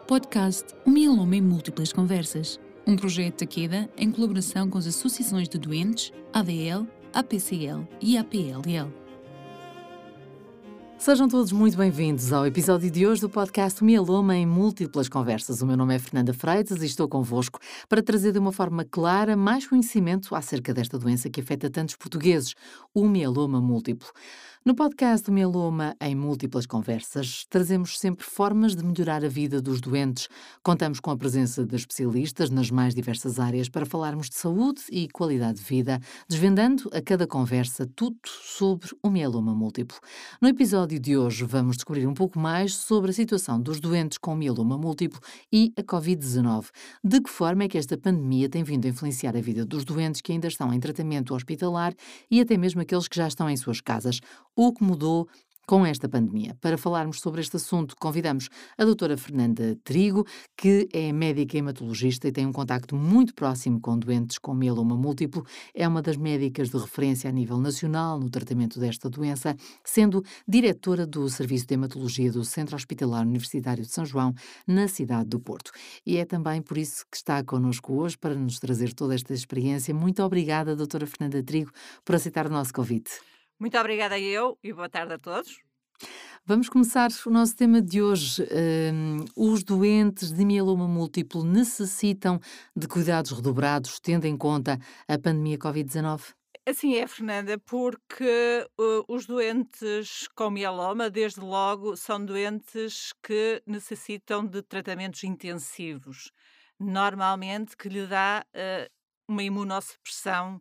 Podcast O Mieloma em Múltiplas Conversas, um projeto da Takeda em colaboração com as associações de doentes, ADL, APCL e APLL. Sejam todos muito bem-vindos ao episódio de hoje do podcast Mieloma em Múltiplas Conversas. O meu nome é Fernanda Freitas e estou convosco para trazer de uma forma clara mais conhecimento acerca desta doença que afeta tantos portugueses, o mieloma múltiplo. No podcast do Mieloma em Múltiplas Conversas, trazemos sempre formas de melhorar a vida dos doentes. Contamos com a presença de especialistas nas mais diversas áreas para falarmos de saúde e qualidade de vida, desvendando a cada conversa tudo sobre o mieloma múltiplo. No episódio de hoje vamos descobrir um pouco mais sobre a situação dos doentes com mieloma múltiplo e a Covid-19. De que forma é que esta pandemia tem vindo a influenciar a vida dos doentes que ainda estão em tratamento hospitalar e até mesmo aqueles que já estão em suas casas. O que mudou com esta pandemia? Para falarmos sobre este assunto, convidamos a doutora Fernanda Trigo, que é médica hematologista e tem um contacto muito próximo com doentes com mieloma múltiplo. É uma das médicas de referência a nível nacional no tratamento desta doença, sendo diretora do Serviço de Hematologia do Centro Hospitalar Universitário de São João, na cidade do Porto. E é também por isso que está connosco hoje, para nos trazer toda esta experiência. Muito obrigada, doutora Fernanda Trigo, por aceitar o nosso convite. Muito obrigada eu e boa tarde a todos. Vamos começar o nosso tema de hoje. Os doentes de mieloma múltiplo necessitam de cuidados redobrados, tendo em conta a pandemia Covid-19? Assim é, Fernanda, porque os doentes com mieloma, desde logo, são doentes que necessitam de tratamentos intensivos, normalmente que lhe dá uma imunossupressão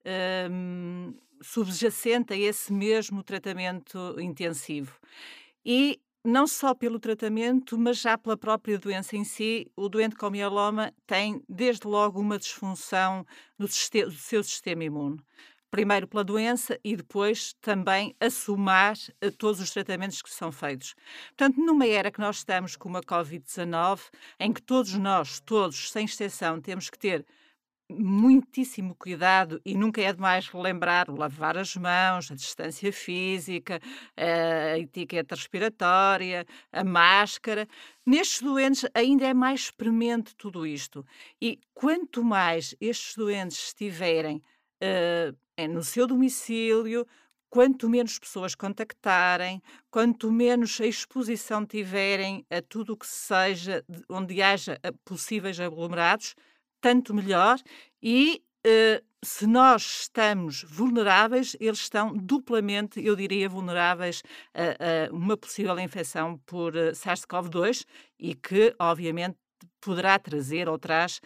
subjacente a esse mesmo tratamento intensivo. E não só pelo tratamento, mas já pela própria doença em si, o doente com mieloma tem, desde logo, uma disfunção do seu sistema imune. Primeiro pela doença e depois também a somar a todos os tratamentos que são feitos. Portanto, numa era que nós estamos com uma Covid-19, em que todos, sem exceção, temos que ter muitíssimo cuidado e nunca é demais relembrar o lavar as mãos, a distância física, a etiqueta respiratória, a máscara. Nestes doentes ainda é mais premente tudo isto. E quanto mais estes doentes estiverem no seu domicílio, quanto menos pessoas contactarem, quanto menos a exposição tiverem a tudo o que seja onde haja possíveis aglomerados, tanto melhor. E se nós estamos vulneráveis, eles estão duplamente, eu diria, vulneráveis a uma possível infecção por SARS-CoV-2 e que, obviamente, poderá trazer ou traz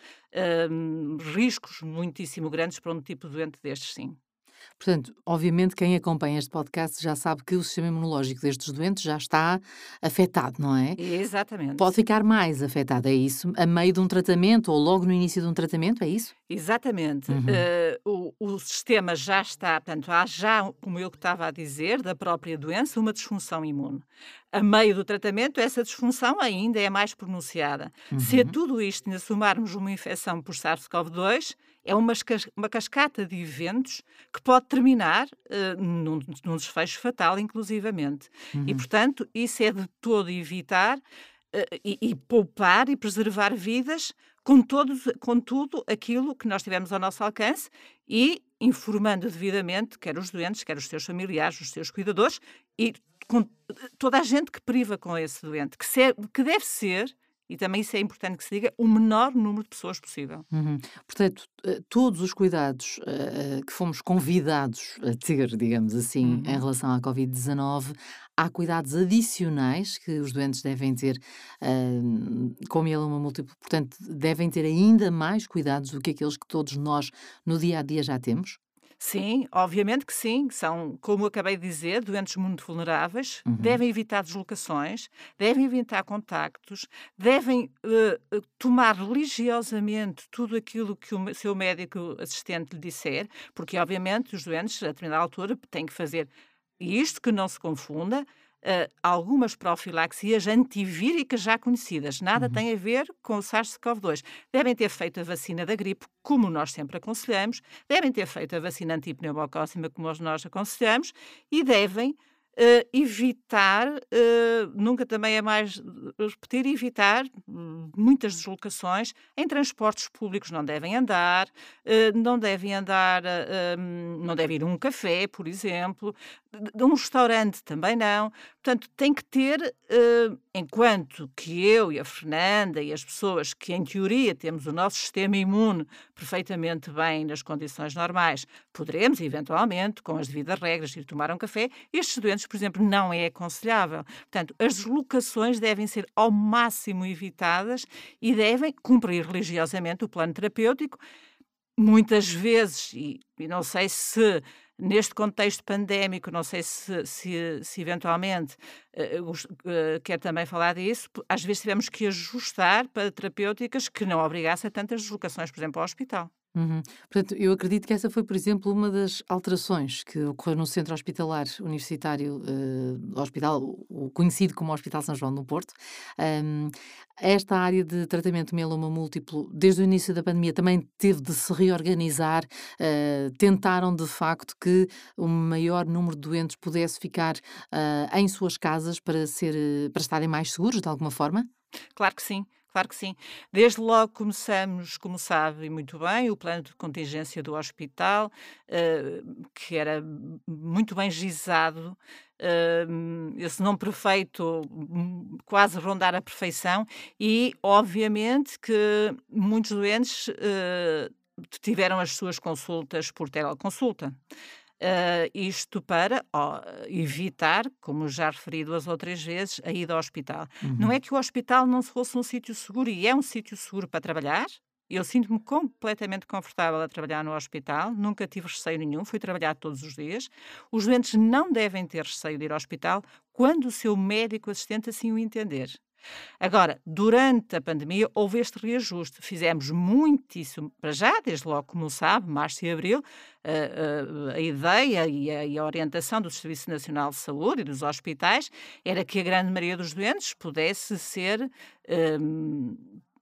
riscos muitíssimo grandes para um tipo de doente destes, sim. Portanto, obviamente, quem acompanha este podcast já sabe que o sistema imunológico destes doentes já está afetado, não é? Exatamente. Pode ficar mais afetado, é isso? A meio de um tratamento ou logo no início de um tratamento, é isso? Exatamente. O sistema já está, portanto, há já, como eu estava a dizer, da própria doença, uma disfunção imune. A meio do tratamento, essa disfunção ainda é mais pronunciada. Se a tudo isto ainda somarmos uma infecção por SARS-CoV-2, é uma cascata de eventos que pode terminar num desfecho fatal, inclusivamente. E, portanto, isso é de todo evitar e poupar e preservar vidas com tudo aquilo que nós tivemos ao nosso alcance e informando devidamente quer os doentes, quer os seus familiares, os seus cuidadores e com toda a gente que priva com esse doente, que deve ser, e também isso é importante que se diga, o menor número de pessoas possível. Portanto, todos os cuidados que fomos convidados a ter, digamos assim, em relação à Covid-19, há cuidados adicionais que os doentes devem ter com mieloma múltiplo, portanto, devem ter ainda mais cuidados do que aqueles que todos nós no dia a dia já temos? Sim, obviamente que sim. São, como eu acabei de dizer, doentes muito vulneráveis, devem evitar deslocações, devem evitar contactos, devem tomar religiosamente tudo aquilo que o seu médico assistente lhe disser, porque obviamente os doentes, a determinada altura, têm que fazer. E isto que não se confunda, algumas profilaxias antivíricas já conhecidas. Nada tem a ver com o SARS-CoV-2. Devem ter feito a vacina da gripe, como nós sempre aconselhamos, devem ter feito a vacina antipneumocócica, como nós aconselhamos, e devem evitar, nunca também é mais repetir, evitar, muitas deslocações, em transportes públicos não devem andar, não devem andar, não devem ir a um café, por exemplo, de um restaurante também não. Portanto, tem que ter, enquanto que eu e a Fernanda e as pessoas que, em teoria, temos o nosso sistema imune perfeitamente bem nas condições normais, poderemos, eventualmente, com as devidas regras, ir tomar um café. Estes doentes, por exemplo, não é aconselhável. Portanto, as deslocações devem ser ao máximo evitadas e devem cumprir religiosamente o plano terapêutico. Muitas vezes, e não sei se neste contexto pandémico, não sei se eventualmente quer também falar disso, às vezes tivemos que ajustar para terapêuticas que não obrigassem a tantas deslocações, por exemplo, ao hospital. Uhum. Portanto, eu acredito que essa foi, por exemplo, uma das alterações que ocorreu no Centro Hospitalar Universitário, hospital, o conhecido como Hospital São João do Porto. Ahm, Esta área de tratamento de mieloma múltiplo, desde o início da pandemia, também teve de se reorganizar. Tentaram, de facto, que o maior número de doentes pudesse ficar em suas casas para estarem mais seguros, de alguma forma? Claro que sim, claro que sim. Desde logo começamos, como sabe e muito bem, o plano de contingência do hospital, que era muito bem gizado, esse nome perfeito, quase rondar a perfeição, e obviamente que muitos doentes tiveram as suas consultas por teleconsulta. Isto para evitar, como já referi 2 ou 3 vezes, a ida ao hospital. Não é Uhum. que o hospital não fosse um sítio seguro, e é um sítio seguro para trabalhar. Eu sinto-me completamente confortável a trabalhar no hospital, nunca tive receio nenhum, fui trabalhar todos os dias. Os doentes não devem ter receio de ir ao hospital quando o seu médico assistente assim o entender. Agora, durante a pandemia, houve este reajuste. Fizemos muitíssimo, para já, desde logo, como sabe, março e abril, a ideia e a orientação do Serviço Nacional de Saúde e dos hospitais era que a grande maioria dos doentes pudesse ser hum,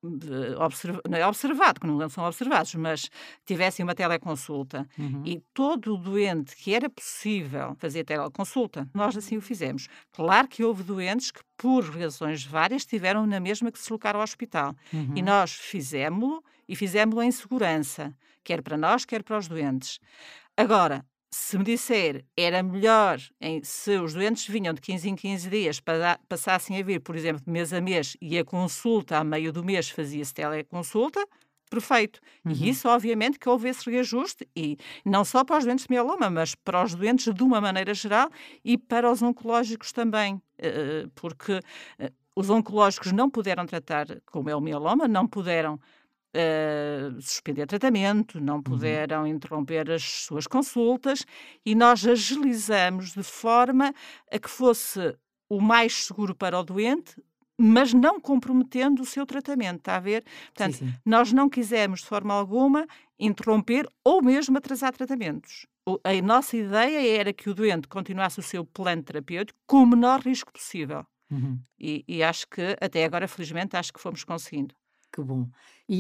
não é observado, que não são observados, mas tivessem uma teleconsulta. Uhum. E todo o doente que era possível fazer teleconsulta, nós assim o fizemos. Claro que houve doentes que, por razões várias, tiveram na mesma que se deslocar ao hospital. E Uhum. nós fizemo-lo, e fizemo-lo em segurança, quer para nós, quer para os doentes. Agora, se me disser era melhor se os doentes vinham de 15 em 15 dias passassem a vir, por exemplo, de mês a mês, e a consulta a meio do mês fazia-se teleconsulta, perfeito. E Uhum. isso, obviamente, que houve esse reajuste, e não só para os doentes de mieloma, mas para os doentes de uma maneira geral e para os oncológicos também, porque os oncológicos não puderam tratar, como é o mieloma, não puderam suspender tratamento, não Uhum. puderam interromper as suas consultas, e nós agilizamos de forma a que fosse o mais seguro para o doente, mas não comprometendo o seu tratamento, está a ver? Sim, Portanto, sim. nós não quisemos de forma alguma interromper ou mesmo atrasar tratamentos. A nossa ideia era que o doente continuasse o seu plano terapêutico com o menor risco possível. Uhum. E acho que, até agora, felizmente, acho que fomos conseguindo. Que bom.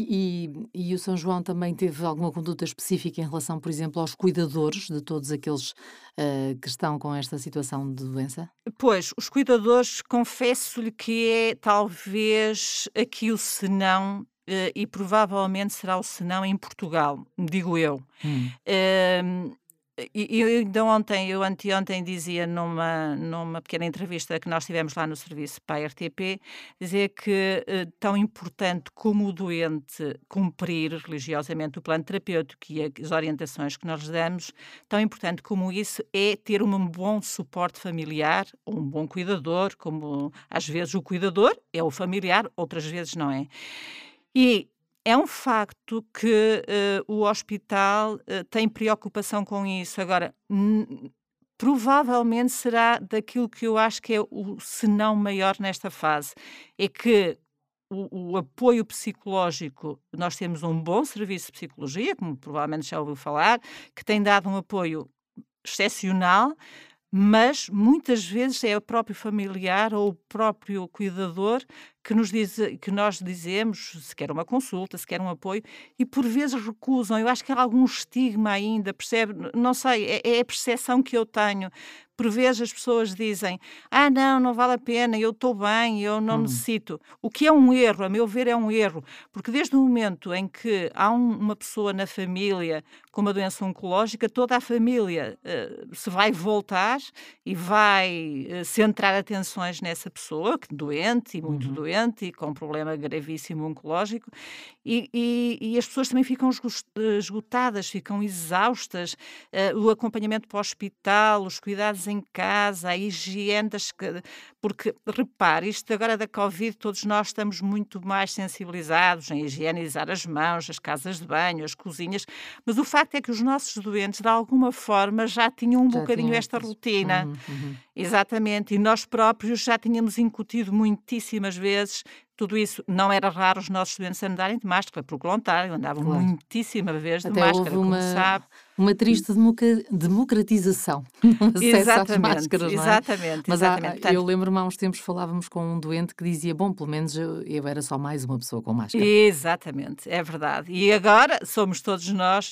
E o São João também teve alguma conduta específica em relação, por exemplo, aos cuidadores de todos aqueles, que estão com esta situação de doença? Pois, os cuidadores, confesso-lhe que é talvez aqui o senão, e provavelmente será o senão em Portugal, digo eu. Hum. Hum, e eu ainda ontem, eu anteontem dizia numa pequena entrevista que nós tivemos lá no serviço para a RTP, dizer que tão importante como o doente cumprir religiosamente o plano terapêutico e as orientações que nós lhe damos, tão importante como isso é ter um bom suporte familiar, ou um bom cuidador, como às vezes o cuidador é o familiar, outras vezes não é. E é um facto que, o hospital, tem preocupação com isso. Agora, provavelmente será daquilo que eu acho que é o senão maior nesta fase, é que o apoio psicológico, nós temos um bom serviço de psicologia, como provavelmente já ouviu falar, que tem dado um apoio excepcional, mas muitas vezes é o próprio familiar ou o próprio cuidador que nós dizemos, se quer uma consulta, se quer um apoio, e por vezes recusam. Eu acho que há algum estigma ainda, percebe? Não sei, é a percepção que eu tenho. Por vezes as pessoas dizem: "Ah, não, não vale a pena, eu estou bem, eu não Hum, necessito". O que é um erro, a meu ver, é um erro, porque desde o momento em que há uma pessoa na família com uma doença oncológica, toda a família se vai voltar e vai centrar atenções nessa pessoa, que doente e muito uhum. doente e com um problema gravíssimo oncológico, e as pessoas também ficam esgotadas, ficam exaustas, o acompanhamento para o hospital, os cuidados em casa, a higiene porque repare, isto agora da Covid, todos nós estamos muito mais sensibilizados em higienizar as mãos, as casas de banho, as cozinhas, mas o facto é que os nossos doentes, de alguma forma, já tinham um Já bocadinho tinha esta estas. rotina. Uhum, uhum. Exatamente, e nós próprios já tínhamos incutido muitíssimas vezes tudo isso. Não era raro os nossos doentes andarem de máscara, pelo contrário, andavam Claro. muitíssima vez de Até houve máscara, como sabe. uma triste democratização no acesso às Exatamente, máscaras, não é? exatamente, Mas exatamente. eu Portanto, lembro-me há uns tempos falávamos com um doente que dizia: "Bom, pelo menos eu era só mais uma pessoa com máscara". exatamente, é verdade. E agora somos todos nós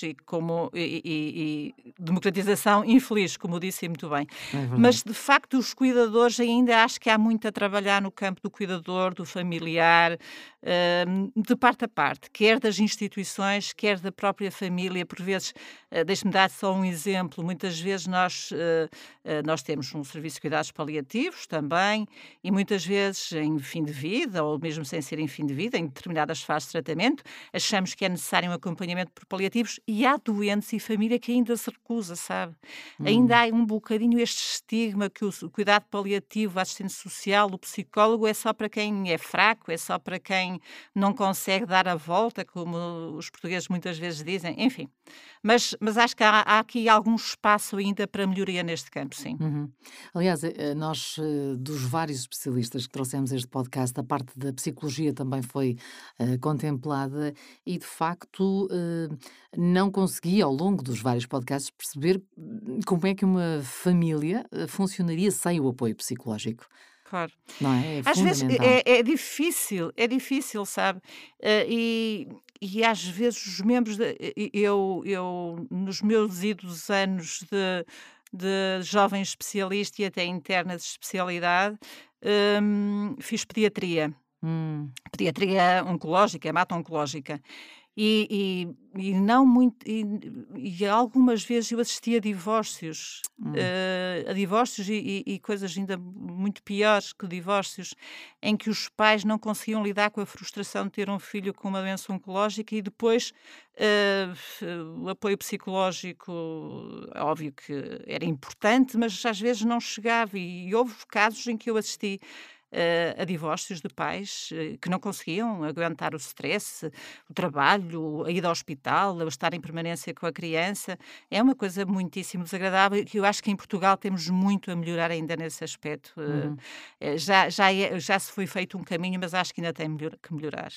e democratização infeliz, como disse muito bem. É verdade. Mas, de facto, os cuidadores ainda acho que há muito a trabalhar no campo do cuidador, do familiar, de parte a parte, quer das instituições, quer da própria família. Por vezes, deixe-me dar só um exemplo, muitas vezes nós temos um serviço de cuidados paliativos também, e muitas vezes em fim de vida, ou mesmo sem ser em fim de vida, em determinadas fases de tratamento, achamos que é necessário um acompanhamento por paliativos e há doentes e família que ainda se recusa, sabe? Ainda Hum. há um bocadinho este estigma que o cuidado paliativo, a assistente social, o psicólogo é só para quem é fraco, é só para quem não consegue dar a volta, como os portugueses muitas vezes dizem, enfim. Mas acho que há aqui algum espaço ainda para melhoria neste campo, sim. Uhum. Aliás, nós, dos vários especialistas que trouxemos a este podcast, a parte da psicologia também foi contemplada e, de facto, não consegui, ao longo dos vários podcasts, perceber como é que uma família funcionaria sem o apoio psicológico, Claro. não é? É Às vezes fundamental. é difícil, sabe? E às vezes os membros eu nos meus idos anos de jovem especialista e até interna de especialidade, fiz pediatria. Hum, Pediatria oncológica, hemato-oncológica. E não muito e algumas vezes eu assisti hum, a divórcios e coisas ainda muito piores que divórcios, em que os pais não conseguiam lidar com a frustração de ter um filho com uma doença oncológica e depois, o apoio psicológico, é óbvio que era importante, mas às vezes não chegava e houve casos em que eu assisti a divórcios de pais que não conseguiam aguentar o stress, o trabalho, a ida ao hospital, a estar em permanência com a criança. É uma coisa muitíssimo desagradável e que eu acho que em Portugal temos muito a melhorar ainda nesse aspecto. uhum. Já se foi feito um caminho, mas acho que ainda tem que melhorar.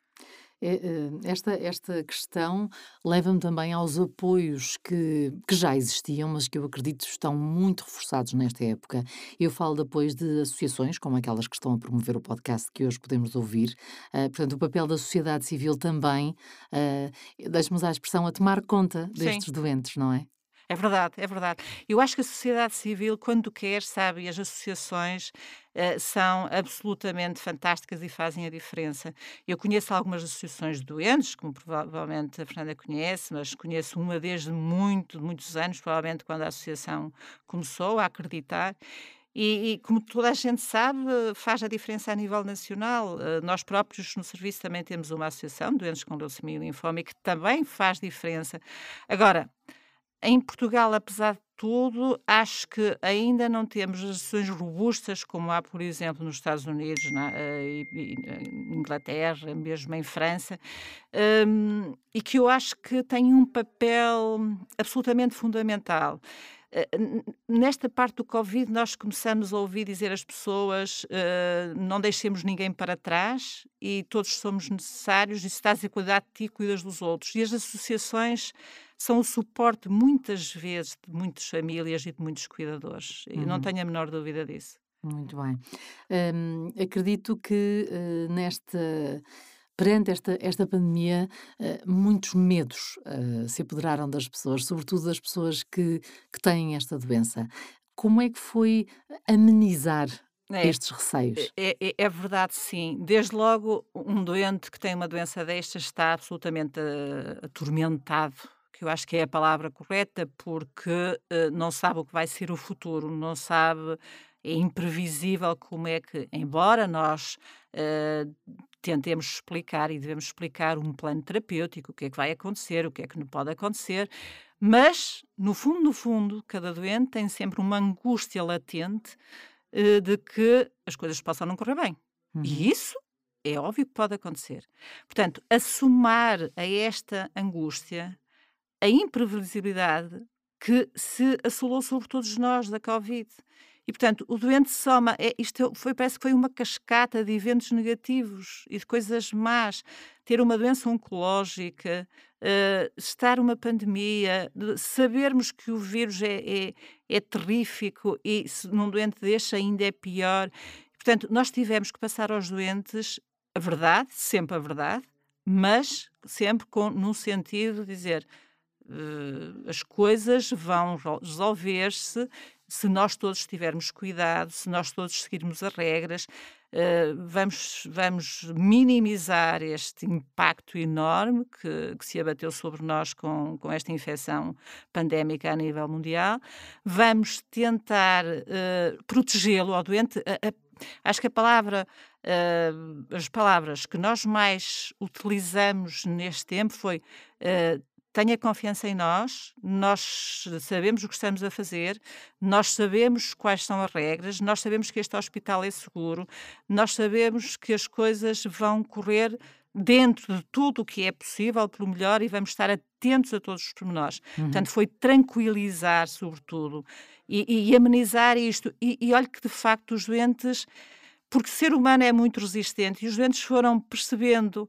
Esta questão leva-me também aos apoios que já existiam, mas que eu acredito estão muito reforçados nesta época. Eu falo de apoios de associações, como aquelas que estão a promover o podcast que hoje podemos ouvir. Portanto, o papel da sociedade civil também, deixe-me usar a expressão, a tomar conta Sim. destes doentes, não é? É verdade, é verdade. Eu acho que a sociedade civil, quando quer, sabe, e as associações são absolutamente fantásticas e fazem a diferença. Eu conheço algumas associações de doentes, como provavelmente a Fernanda conhece, mas conheço uma desde muitos anos, provavelmente quando a associação começou a acreditar. E como toda a gente sabe, faz a diferença a nível nacional. Nós próprios no serviço também temos uma associação de doentes com leucemia e linfoma e que também faz diferença. Agora, em Portugal, apesar de tudo, acho que ainda não temos legislações robustas como há, por exemplo, nos Estados Unidos, e em Inglaterra, mesmo em França, e que eu acho que têm um papel absolutamente fundamental. Nesta parte do Covid, nós começamos a ouvir dizer às pessoas: não deixemos ninguém para trás e todos somos necessários, e se estás a cuidar de ti, cuidas dos outros. E as associações são o suporte, muitas vezes, de muitas famílias e de muitos cuidadores. E não Uhum. tenho a menor dúvida disso. Muito bem. Acredito que perante esta pandemia, muitos medos se apoderaram das pessoas, sobretudo das pessoas que têm esta doença. Como é que foi amenizar É, estes receios? é verdade, sim. Desde logo, um doente que tem uma doença destas está absolutamente atormentado, que eu acho que é a palavra correta, porque não sabe o que vai ser o futuro, não sabe, é imprevisível como é que, embora nós eh, tentemos explicar e devemos explicar um plano terapêutico, o que é que vai acontecer, o que é que não pode acontecer, mas, no fundo, cada doente tem sempre uma angústia latente de que as coisas possam não correr bem. Uhum, E isso é óbvio que pode acontecer. Portanto, a somar a esta angústia a imprevisibilidade que se assolou sobre todos nós da Covid. E, portanto, o doente soma, parece que foi uma cascata de eventos negativos e de coisas más. Ter uma doença oncológica, estar uma pandemia, sabermos que o vírus é terrífico e se num doente deste ainda é pior. Portanto, nós tivemos que passar aos doentes a verdade, sempre a verdade, mas sempre num sentido de dizer as coisas vão resolver-se se nós todos tivermos cuidado, se nós todos seguirmos as regras, vamos minimizar este impacto enorme que se abateu sobre nós com esta infecção pandémica a nível mundial. Vamos tentar protegê-lo ao doente. Acho que as palavras que nós mais utilizamos neste tempo foi tenha confiança em nós, nós sabemos o que estamos a fazer, nós sabemos quais são as regras, nós sabemos que este hospital é seguro, nós sabemos que as coisas vão correr dentro de tudo o que é possível pelo melhor e vamos estar atentos a todos os pormenores. uhum. Portanto, foi tranquilizar, sobretudo, e amenizar isto. E olhe que, de facto, os doentes porque o ser humano é muito resistente e os doentes foram percebendo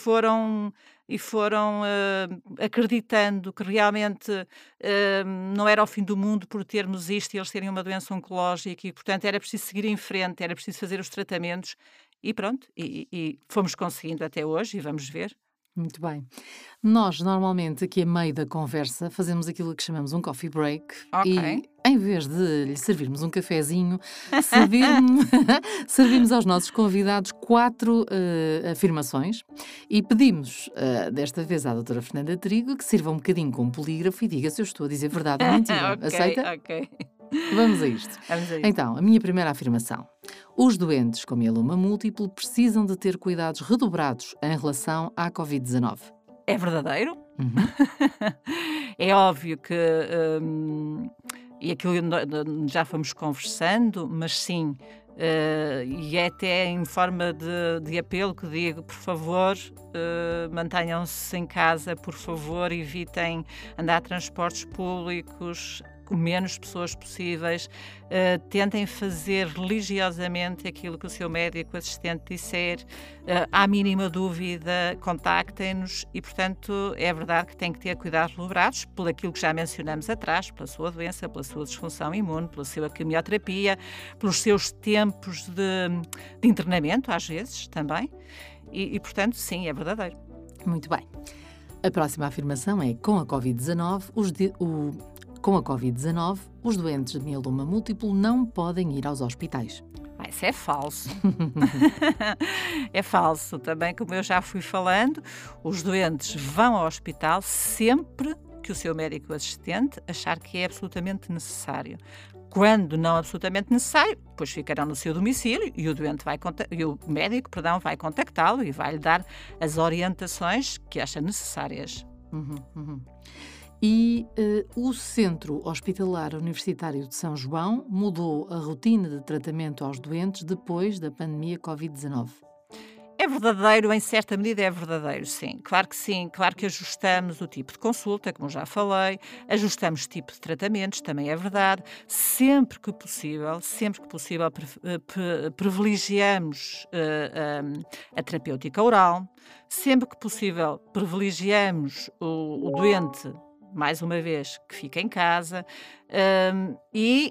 e foram acreditando que realmente não era o fim do mundo por termos isto e eles terem uma doença oncológica e, portanto, era preciso seguir em frente, era preciso fazer os tratamentos e pronto, e fomos conseguindo até hoje e vamos ver. Muito bem. Nós, normalmente, aqui a meio da conversa, fazemos aquilo que chamamos um coffee break e, Ok. em vez de lhe servirmos um cafezinho, servimos, servimos aos nossos convidados 4 afirmações e pedimos, desta vez, à doutora Fernanda Trigo que sirva um bocadinho com um polígrafo e diga se eu estou a dizer verdade ou mentira. Ok, Aceita? ok. Vamos a isto. Vamos a isso. Então, a minha primeira afirmação. Os doentes com mieloma múltiplo precisam de ter cuidados redobrados em relação à Covid-19. É verdadeiro? Uhum, É óbvio que, e aquilo já fomos conversando, mas sim, e é até em forma de apelo que digo, por favor, mantenham-se em casa, por favor, evitem andar a transportes públicos, com menos pessoas possíveis, tentem fazer religiosamente aquilo que o seu médico assistente disser, à mínima dúvida, contactem-nos e, portanto, é verdade que têm que ter cuidados redobrados por aquilo que já mencionamos atrás, pela sua doença, pela sua disfunção imune, pela sua quimioterapia, pelos seus tempos de internamento, às vezes, também, e, portanto, sim, é verdadeiro. muito bem. A próxima afirmação é: com a Covid-19, com a Covid-19, os doentes de mieloma múltiplo não podem ir aos hospitais. Isso é falso. É falso. Também, como eu já fui falando, os doentes vão ao hospital sempre que o seu médico assistente achar que é absolutamente necessário. Quando não absolutamente necessário, depois ficarão no seu domicílio e o médico, vai contactá-lo e vai-lhe dar as orientações que acha necessárias. Uhum, uhum. E o Centro Hospitalar Universitário de São João mudou a rotina de tratamento aos doentes depois da pandemia Covid-19. É verdadeiro, em certa medida é verdadeiro, sim. Claro que ajustamos o tipo de consulta, como já falei, ajustamos o tipo de tratamentos, também é verdade. Sempre que possível, privilegiamos a terapêutica oral, sempre que possível privilegiamos o doente, mais uma vez, que fica em casa, e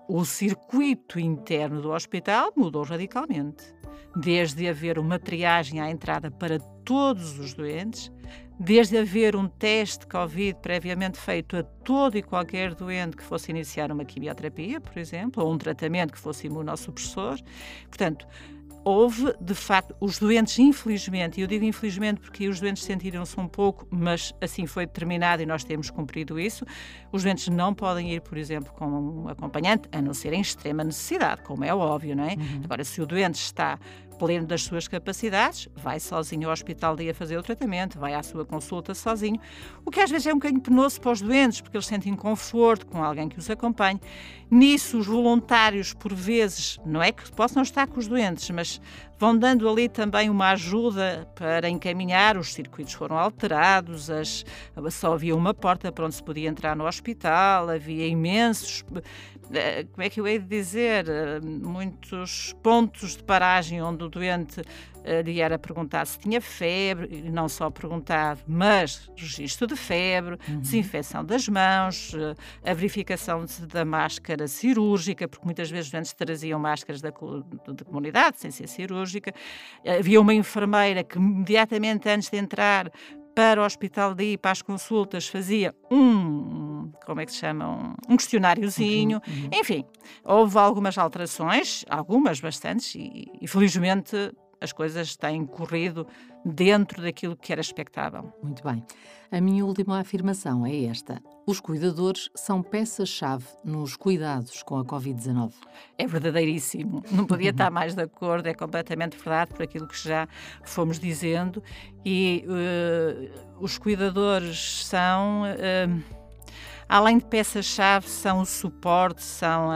o circuito interno do hospital mudou radicalmente. Desde haver uma triagem à entrada para todos os doentes, desde haver um teste Covid previamente feito a todo e qualquer doente que fosse iniciar uma quimioterapia, por exemplo, ou um tratamento que fosse imunossupressor. Portanto, houve, de facto, os doentes, infelizmente, e eu digo infelizmente porque os doentes sentiram-se um pouco, mas assim foi determinado e nós temos cumprido isso, os doentes não podem ir, por exemplo, com um acompanhante, a não ser em extrema necessidade, como é óbvio, não é? Agora, se o doente está pleno das suas capacidades, vai sozinho ao hospital dia fazer o tratamento, vai à sua consulta sozinho, o que às vezes é um bocadinho penoso para os doentes, porque eles sentem conforto com alguém que os acompanhe. Nisso, os voluntários, por vezes, não é que possam estar com os doentes, mas vão dando ali também uma ajuda para encaminhar. Os circuitos foram alterados, só havia uma porta para onde se podia entrar no hospital, havia imensos, como é que eu hei de dizer, muitos pontos de paragem onde o doente lhe era perguntar se tinha febre, e não só perguntar, mas registro de febre, desinfecção das mãos, a verificação da máscara cirúrgica, porque muitas vezes os doentes traziam máscaras da comunidade, sem ser cirúrgica. Havia uma enfermeira que imediatamente antes de entrar para o hospital daí, para as consultas, fazia como é que se chama? Um questionáriozinho. Enfim, houve algumas alterações, algumas bastantes, e felizmente as coisas têm corrido dentro daquilo que era expectável. Muito bem. A minha última afirmação é esta. Os cuidadores são peça-chave nos cuidados com a Covid-19. É verdadeiríssimo. Não podia estar mais de acordo. É completamente verdade por aquilo que já fomos dizendo. E os cuidadores são, além de peça-chave, são o suporte, são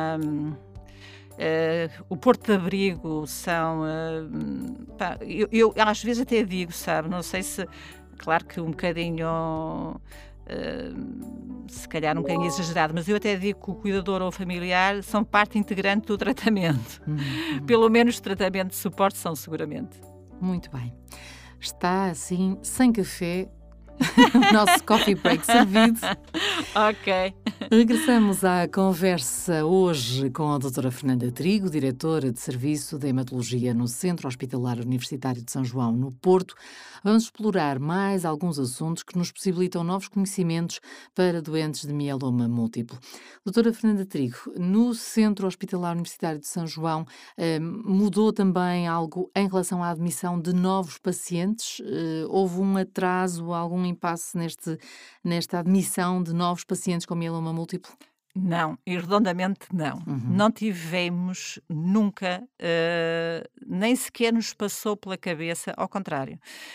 o porto de abrigo, são... eu às vezes até digo, sabe, não sei se... Claro que um bocadinho... se calhar um bocadinho exagerado, mas eu até digo que o cuidador ou o familiar são parte integrante do tratamento. Pelo menos o tratamento de suporte são seguramente. Muito bem. Está assim, sem café, o nosso coffee break servido. Ok. Regressamos à conversa hoje com a doutora Fernanda Trigo, diretora de Serviço de Hematologia no Centro Hospitalar Universitário de São João, no Porto. Vamos explorar mais alguns assuntos que nos possibilitam novos conhecimentos para doentes de mieloma múltiplo. Doutora Fernanda Trigo, no Centro Hospitalar Universitário de São João, mudou também algo em relação à admissão de novos pacientes? Houve um atraso, algum impasse nesta admissão de novos pacientes com mieloma múltiplo? Não, e redondamente não. Não tivemos nunca, nem sequer nos passou pela cabeça, ao contrário,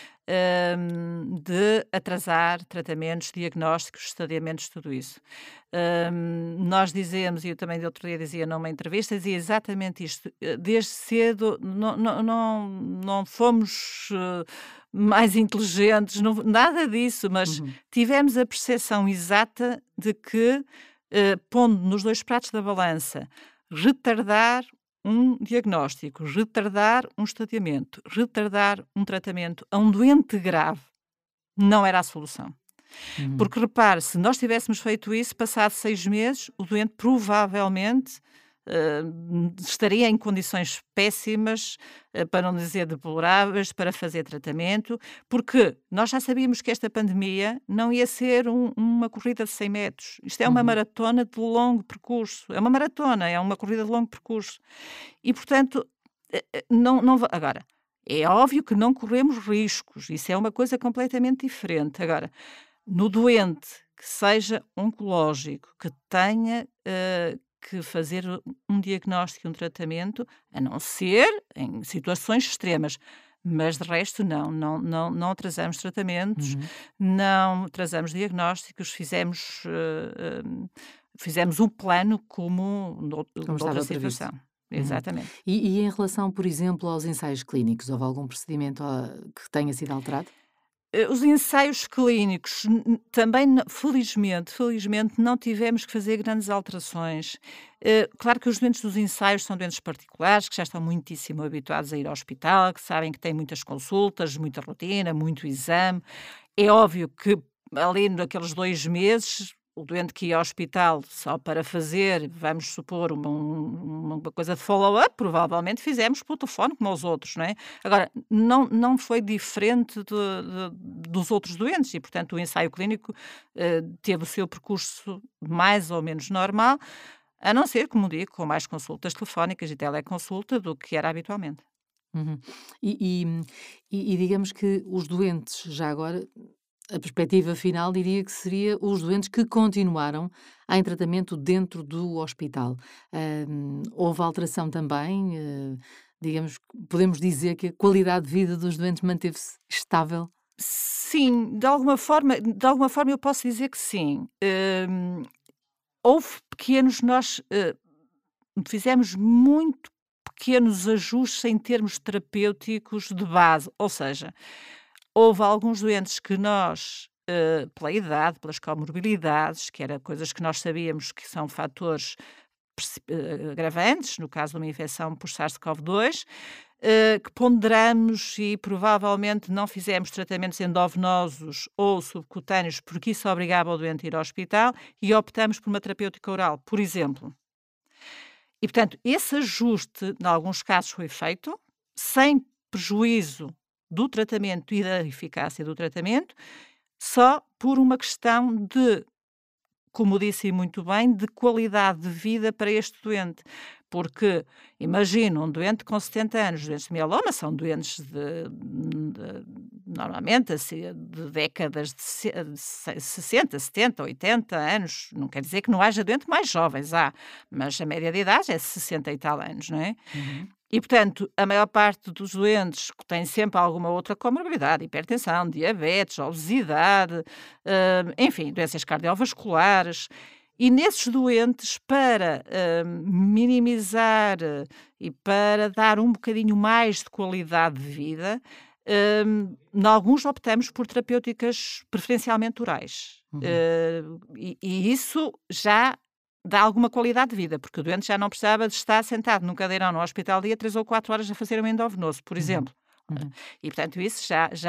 de atrasar tratamentos, diagnósticos, estadiamentos, tudo isso. Nós dizemos, e eu também de outro dia dizia numa entrevista, dizia exatamente isto, desde cedo não fomos mais inteligentes, nada disso, mas tivemos a percepção exata de que, pondo nos dois pratos da balança, retardar um diagnóstico, retardar um estadiamento, retardar um tratamento a um doente grave, não era a solução. Porque repare, se nós tivéssemos feito isso, passado 6 meses, o doente provavelmente estaria em condições péssimas, para não dizer deploráveis, para fazer tratamento, porque nós já sabíamos que esta pandemia não ia ser uma corrida de 100 metros. Isto é uma maratona de longo percurso. É uma maratona, é uma corrida de longo percurso. E, portanto, agora, é óbvio que não corremos riscos. Isso é uma coisa completamente diferente. Agora, no doente que seja oncológico, que tenha que fazer um diagnóstico e um tratamento, a não ser em situações extremas, mas de resto não atrasamos tratamentos, não atrasamos diagnósticos, fizemos um plano como noutra situação. Exatamente. E em relação, por exemplo, aos ensaios clínicos, houve algum procedimento que tenha sido alterado? Os ensaios clínicos também, felizmente, não tivemos que fazer grandes alterações. Claro que os doentes dos ensaios são doentes particulares, que já estão muitíssimo habituados a ir ao hospital, que sabem que têm muitas consultas, muita rotina, muito exame. É óbvio que ali naqueles 2 meses o doente que ia ao hospital só para fazer, vamos supor, uma coisa de follow-up, provavelmente fizemos pelo telefone, como os outros, não é? Agora, não foi diferente dos outros doentes e, portanto, o ensaio clínico teve o seu percurso mais ou menos normal, a não ser, como digo, com mais consultas telefónicas e teleconsulta do que era habitualmente. Uhum. E, e digamos que os doentes, já agora, a perspectiva final diria que seria os doentes que continuaram em tratamento dentro do hospital. Houve alteração também, digamos, podemos dizer que a qualidade de vida dos doentes manteve-se estável? Sim, de alguma forma eu posso dizer que sim. Houve pequenos nós, fizemos muito pequenos ajustes em termos terapêuticos de base, ou seja, houve alguns doentes que nós, pela idade, pelas comorbilidades, que era coisas que nós sabíamos que são fatores agravantes, no caso de uma infecção por SARS-CoV-2, que ponderamos e provavelmente não fizemos tratamentos endovenosos ou subcutâneos, porque isso obrigava o doente a ir ao hospital, e optamos por uma terapêutica oral, por exemplo. E, portanto, esse ajuste, em alguns casos, foi feito, sem prejuízo do tratamento e da eficácia do tratamento, só por uma questão de, como disse muito bem, de qualidade de vida para este doente. Porque, imagina, um doente com 70 anos, doentes de mieloma são doentes normalmente, assim, de décadas de 60, 70, 80 anos. Não quer dizer que não haja doentes mais jovens, mas a média de idade é 60 e tal anos, não é? Uhum. E, portanto, a maior parte dos doentes que têm sempre alguma outra comorbidade, hipertensão, diabetes, obesidade, enfim, doenças cardiovasculares. E nesses doentes, para minimizar e para dar um bocadinho mais de qualidade de vida, em alguns optamos por terapêuticas preferencialmente orais. Uhum. E isso já dá alguma qualidade de vida, porque o doente já não precisava de estar sentado num cadeirão no hospital dia 3 ou 4 horas a fazer um endovenoso, por Uhum. exemplo. Uhum. E, portanto, isso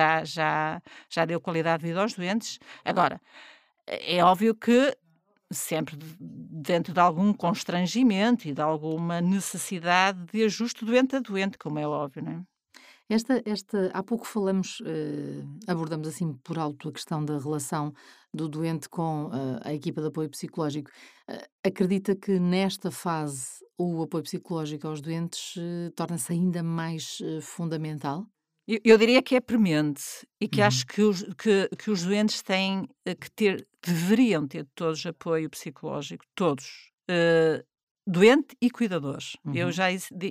já deu qualidade de vida aos doentes. Agora, é óbvio que sempre dentro de algum constrangimento e de alguma necessidade de ajuste doente a doente, como é óbvio, não é? Há pouco falamos, abordamos assim por alto a questão da relação do doente com a equipa de apoio psicológico. Acredita que nesta fase o apoio psicológico aos doentes torna-se ainda mais fundamental? Eu diria que é premente e que Uhum. acho que os doentes têm que ter, deveriam ter todos apoio psicológico, todos. Doente e cuidadores. Eu Uhum. já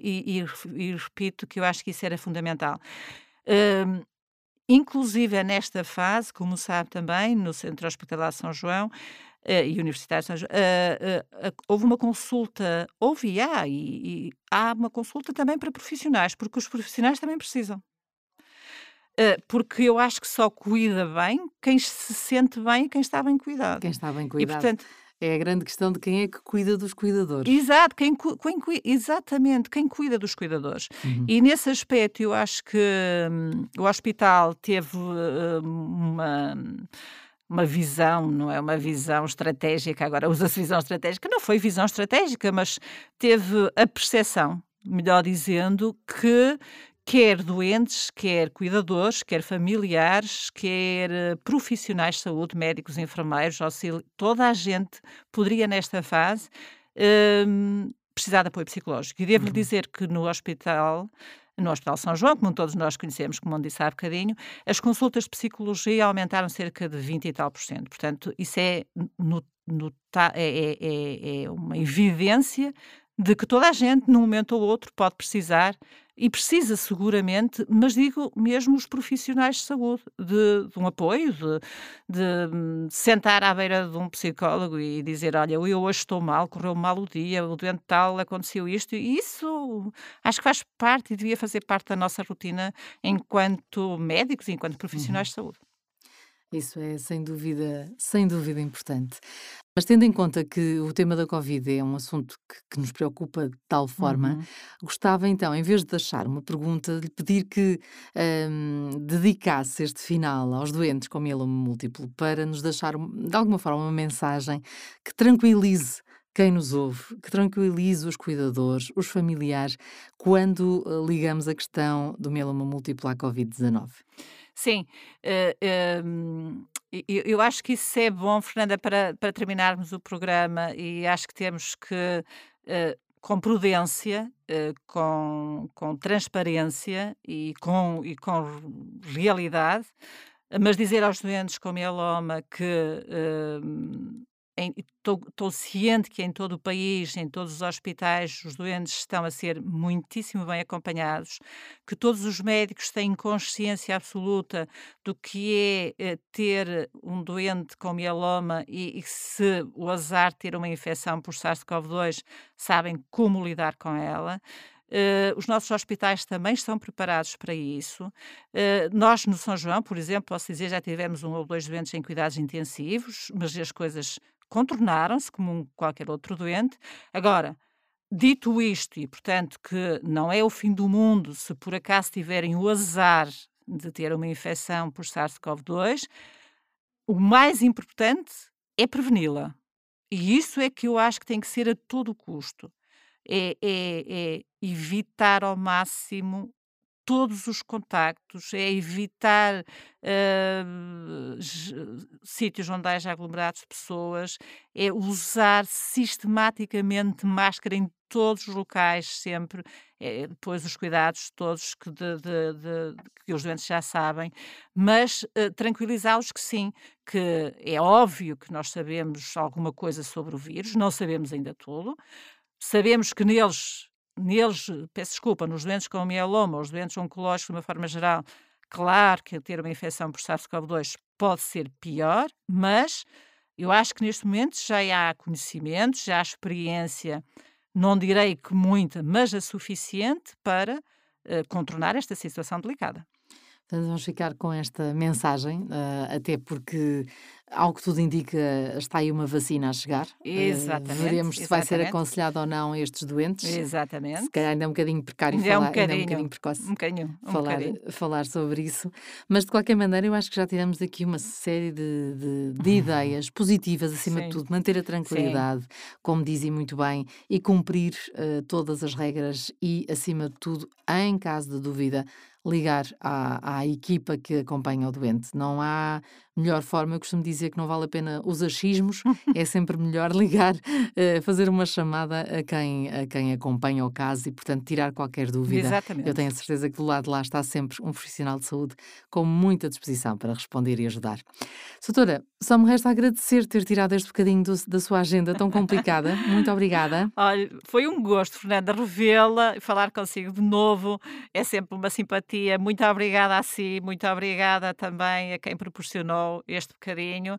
e repito que eu acho que isso era fundamental. Hum, Inclusive é nesta fase, como sabe também, no Centro Hospitalar São João, e Universitário de São João, houve uma consulta, houve e há uma consulta também para profissionais, porque os profissionais também precisam. Porque eu acho que só cuida bem quem se sente bem e quem está bem cuidado. Quem está bem E cuidado. portanto, É a grande questão de quem é que cuida dos cuidadores. exato, exatamente, quem cuida dos cuidadores. Uhum. E nesse aspecto eu acho que, o hospital teve, uma visão, não é uma visão estratégica, agora usa-se visão estratégica, não foi visão estratégica, mas teve a percepção, melhor dizendo, que quer doentes, quer cuidadores, quer familiares, quer profissionais de saúde, médicos, enfermeiros, toda a gente poderia nesta fase, precisar de apoio psicológico. E devo-lhe Uhum. dizer que no Hospital São João, como todos nós conhecemos, como disse há bocadinho, as consultas de psicologia aumentaram cerca de 20 e tal por cento. Portanto, isso é, é uma evidência de que toda a gente, num momento ou outro, pode precisar e precisa seguramente, mas digo mesmo os profissionais de saúde, de um apoio, de sentar à beira de um psicólogo e dizer: olha, eu hoje estou mal, correu mal o dia, o doente tal, aconteceu isto, e isso acho que faz parte e devia fazer parte da nossa rotina enquanto médicos e enquanto profissionais Uhum. de saúde. Isso é sem dúvida importante. Mas tendo em conta que o tema da Covid é um assunto que nos preocupa de tal forma, Uhum. gostava então, em vez de deixar uma pergunta, de lhe pedir que dedicasse este final aos doentes com mieloma múltiplo para nos deixar, de alguma forma, uma mensagem que tranquilize quem nos ouve, que tranquilize os cuidadores, os familiares, quando ligamos a questão do mieloma múltiplo à Covid-19. Sim, eu acho que isso é bom, Fernanda, para terminarmos o programa, e acho que temos que, com prudência, com transparência e com realidade, mas dizer aos doentes com mieloma que, estou ciente que em todo o país, em todos os hospitais, os doentes estão a ser muitíssimo bem acompanhados, que todos os médicos têm consciência absoluta do que é, ter um doente com mieloma e se o azar ter uma infecção por SARS-CoV-2, sabem como lidar com ela. Os nossos hospitais também estão preparados para isso. Nós, no São João, por exemplo, posso dizer, já tivemos um ou 2 doentes em cuidados intensivos, mas as coisas contornaram-se como qualquer outro doente. Agora, dito isto, e portanto que não é o fim do mundo se por acaso tiverem o azar de ter uma infecção por SARS-CoV-2, o mais importante é preveni-la. E isso é que eu acho que tem que ser a todo o custo. É evitar ao máximo todos os contactos, é evitar, sítios onde haja aglomerados de pessoas, é usar sistematicamente máscara em todos os locais, sempre, depois os cuidados todos que os doentes já sabem, mas, tranquilizá-los que sim, que é óbvio que nós sabemos alguma coisa sobre o vírus, não sabemos ainda tudo, sabemos que neles, peço desculpa, nos doentes com mieloma, os doentes oncológicos de uma forma geral, claro que ter uma infecção por SARS-CoV-2 pode ser pior, mas eu acho que neste momento já há conhecimento, já há experiência, não direi que muita, mas a suficiente para, contornar esta situação delicada. Portanto, vamos ficar com esta mensagem, até porque, ao que tudo indica, está aí uma vacina a chegar. Exatamente, Veremos se vai ser exatamente, aconselhado ou não a estes doentes. Se exatamente. calhar ainda é um bocadinho precário Ainda é um falar, ainda é um bocadinho, bocadinho precoce um bocadinho, um falar, bocadinho. falar sobre isso, mas de qualquer maneira eu acho que já tivemos aqui uma série de ideias positivas, acima de Sim, tudo, manter a sim. tranquilidade, como dizem muito bem, e cumprir todas as regras e, acima de tudo, em caso de dúvida, ligar à equipa que acompanha o doente. Não há melhor forma, eu costumo dizer que não vale a pena os achismos, é sempre melhor ligar, fazer uma chamada a quem acompanha o caso e, portanto, tirar qualquer dúvida. Eu tenho Exatamente. a certeza que do lado de lá está sempre um profissional de saúde com muita disposição para responder e ajudar. Doutora, só me resta agradecer ter tirado este bocadinho da sua agenda tão complicada. Muito obrigada. Olha, foi um gosto, Fernanda, revê-la e falar consigo de novo. É sempre uma simpatia. Muito obrigada a si, muito obrigada também a quem proporcionou este bocadinho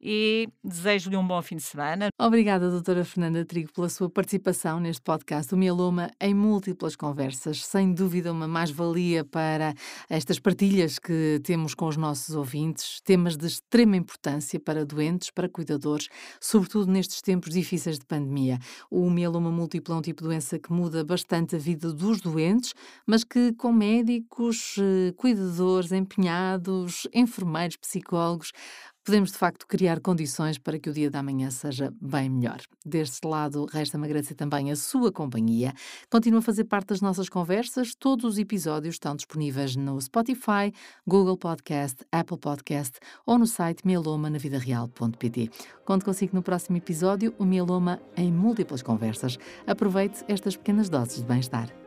e desejo-lhe um bom fim de semana. Obrigada, doutora Fernanda Trigo, pela sua participação neste podcast do Mieloma em múltiplas conversas. Sem dúvida, uma mais-valia para estas partilhas que temos com os nossos ouvintes, temas de extrema importância para doentes, para cuidadores, sobretudo nestes tempos difíceis de pandemia. O mieloma múltiplo é um tipo de doença que muda bastante a vida dos doentes, mas que com médicos, cuidadores, empenhados, enfermeiros, psicólogos, podemos de facto criar condições para que o dia da manhã seja bem melhor. Deste lado, resta-me agradecer também a sua companhia. Continua a fazer parte das nossas conversas. Todos os episódios estão disponíveis no Spotify, Google Podcast, Apple Podcast ou no site mieloma-na-vida-real.pt. Conto consigo no próximo episódio, o Mieloma em múltiplas conversas. Aproveite estas pequenas doses de bem-estar.